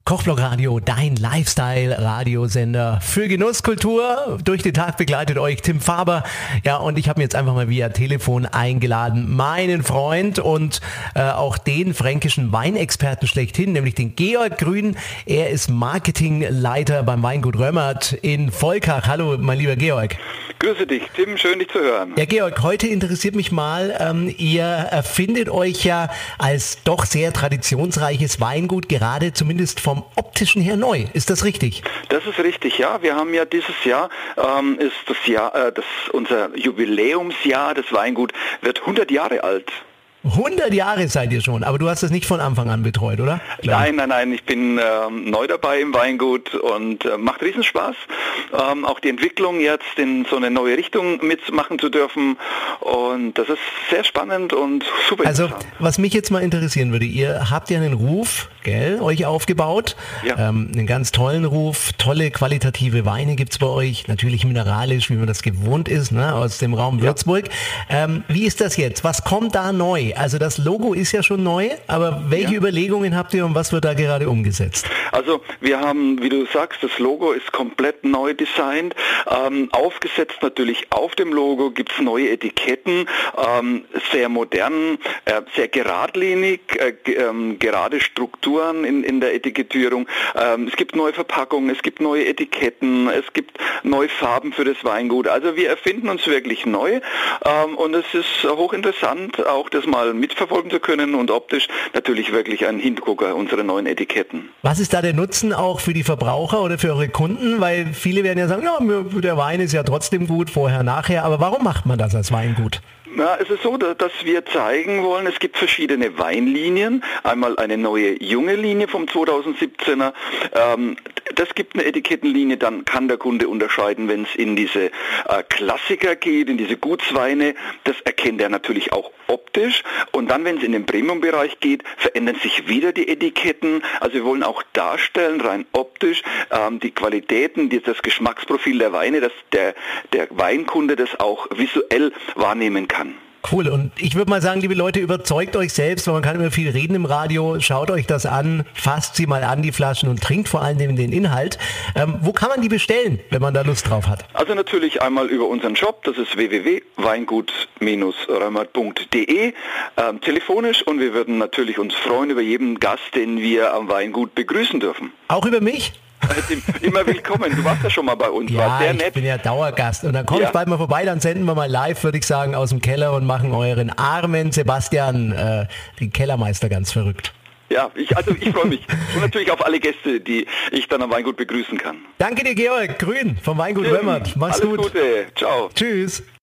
Kochblock Radio, dein Lifestyle-Radiosender für Genusskultur. Durch den Tag begleitet euch Tim Faber. Ja, und ich habe mir jetzt einfach mal via Telefon eingeladen, meinen Freund und auch den fränkischen Weinexperten schlechthin, nämlich den Georg Grün. Er ist Marketingleiter beim Weingut Römert in Volkach. Hallo, mein lieber Georg. Grüße dich, Tim, schön dich zu hören. Ja, Georg, heute interessiert mich mal, ihr erfindet euch ja als doch sehr traditionsreiches Weingut gerade zumindest vom optischen her neu. Ist das richtig? Das ist richtig, ja. Wir haben ja dieses Jahr, ist das Jahr, unser Jubiläumsjahr, das Weingut wird 100 Jahre alt. 100 Jahre seid ihr schon, aber du hast das nicht von Anfang an betreut, oder? Nein, ich bin neu dabei im Weingut und macht Riesenspaß. Auch die Entwicklung jetzt in so eine neue Richtung mitmachen zu dürfen und das ist sehr spannend und super interessant. Also, was mich jetzt mal interessieren würde, ihr habt ja einen Ruf, gell, euch aufgebaut, ja. Einen ganz tollen Ruf, tolle qualitative Weine gibt's bei euch, natürlich mineralisch, wie man das gewohnt ist, ne, aus dem Raum Würzburg. Wie ist das jetzt? Was kommt da neu? Also das Logo ist ja schon neu, aber welche Überlegungen habt ihr und was wird da gerade umgesetzt? Also wir haben, wie du sagst, das Logo ist komplett neu designt. Aufgesetzt natürlich auf dem Logo gibt es neue Etiketten, sehr modern, sehr geradlinig, gerade Strukturen in der Etikettierung. Es gibt neue Verpackungen, es gibt neue Etiketten, es gibt neue Farben für das Weingut. Also wir erfinden uns wirklich neu und es ist hochinteressant, auch das mal mitverfolgen zu können und optisch natürlich wirklich ein Hingucker, unsere neuen Etiketten. Was ist da der Nutzen auch für die Verbraucher oder für eure Kunden? Weil viele werden ja sagen, ja, der Wein ist ja trotzdem gut, vorher, nachher, aber warum macht man das als Weingut? Ja, es ist so, dass wir zeigen wollen, es gibt verschiedene Weinlinien. Einmal eine neue junge Linie vom 2017er. Das gibt eine Etikettenlinie, dann kann der Kunde unterscheiden, wenn es in diese Klassiker geht, in diese Gutsweine. Das erkennt er natürlich auch optisch. Und dann, wenn es in den Premium-Bereich geht, verändern sich wieder die Etiketten. Also wir wollen auch darstellen, rein optisch, die Qualitäten, das Geschmacksprofil der Weine, dass der Weinkunde das auch visuell wahrnehmen kann. Cool, und ich würde mal sagen, liebe Leute, überzeugt euch selbst, weil man kann immer viel reden im Radio, schaut euch das an, fasst sie mal an, die Flaschen, und trinkt vor allem den Inhalt. Wo kann man die bestellen, wenn man da Lust drauf hat? Also natürlich einmal über unseren Shop, das ist www.weingut-römert.de, telefonisch, und wir würden natürlich uns freuen über jeden Gast, den wir am Weingut begrüßen dürfen. Auch über mich? Immer willkommen, du warst ja schon mal bei uns, ja, war sehr nett. Ich bin ja Dauergast und dann komme ich bald mal vorbei, dann senden wir mal live, würde ich sagen, aus dem Keller und machen euren armen Sebastian, den Kellermeister, ganz verrückt. Ja, ich freue mich und natürlich auf alle Gäste, die ich dann am Weingut begrüßen kann. Danke dir, Georg Grün vom Weingut Römert. Mach's gut. Alles Gute, ciao. Tschüss.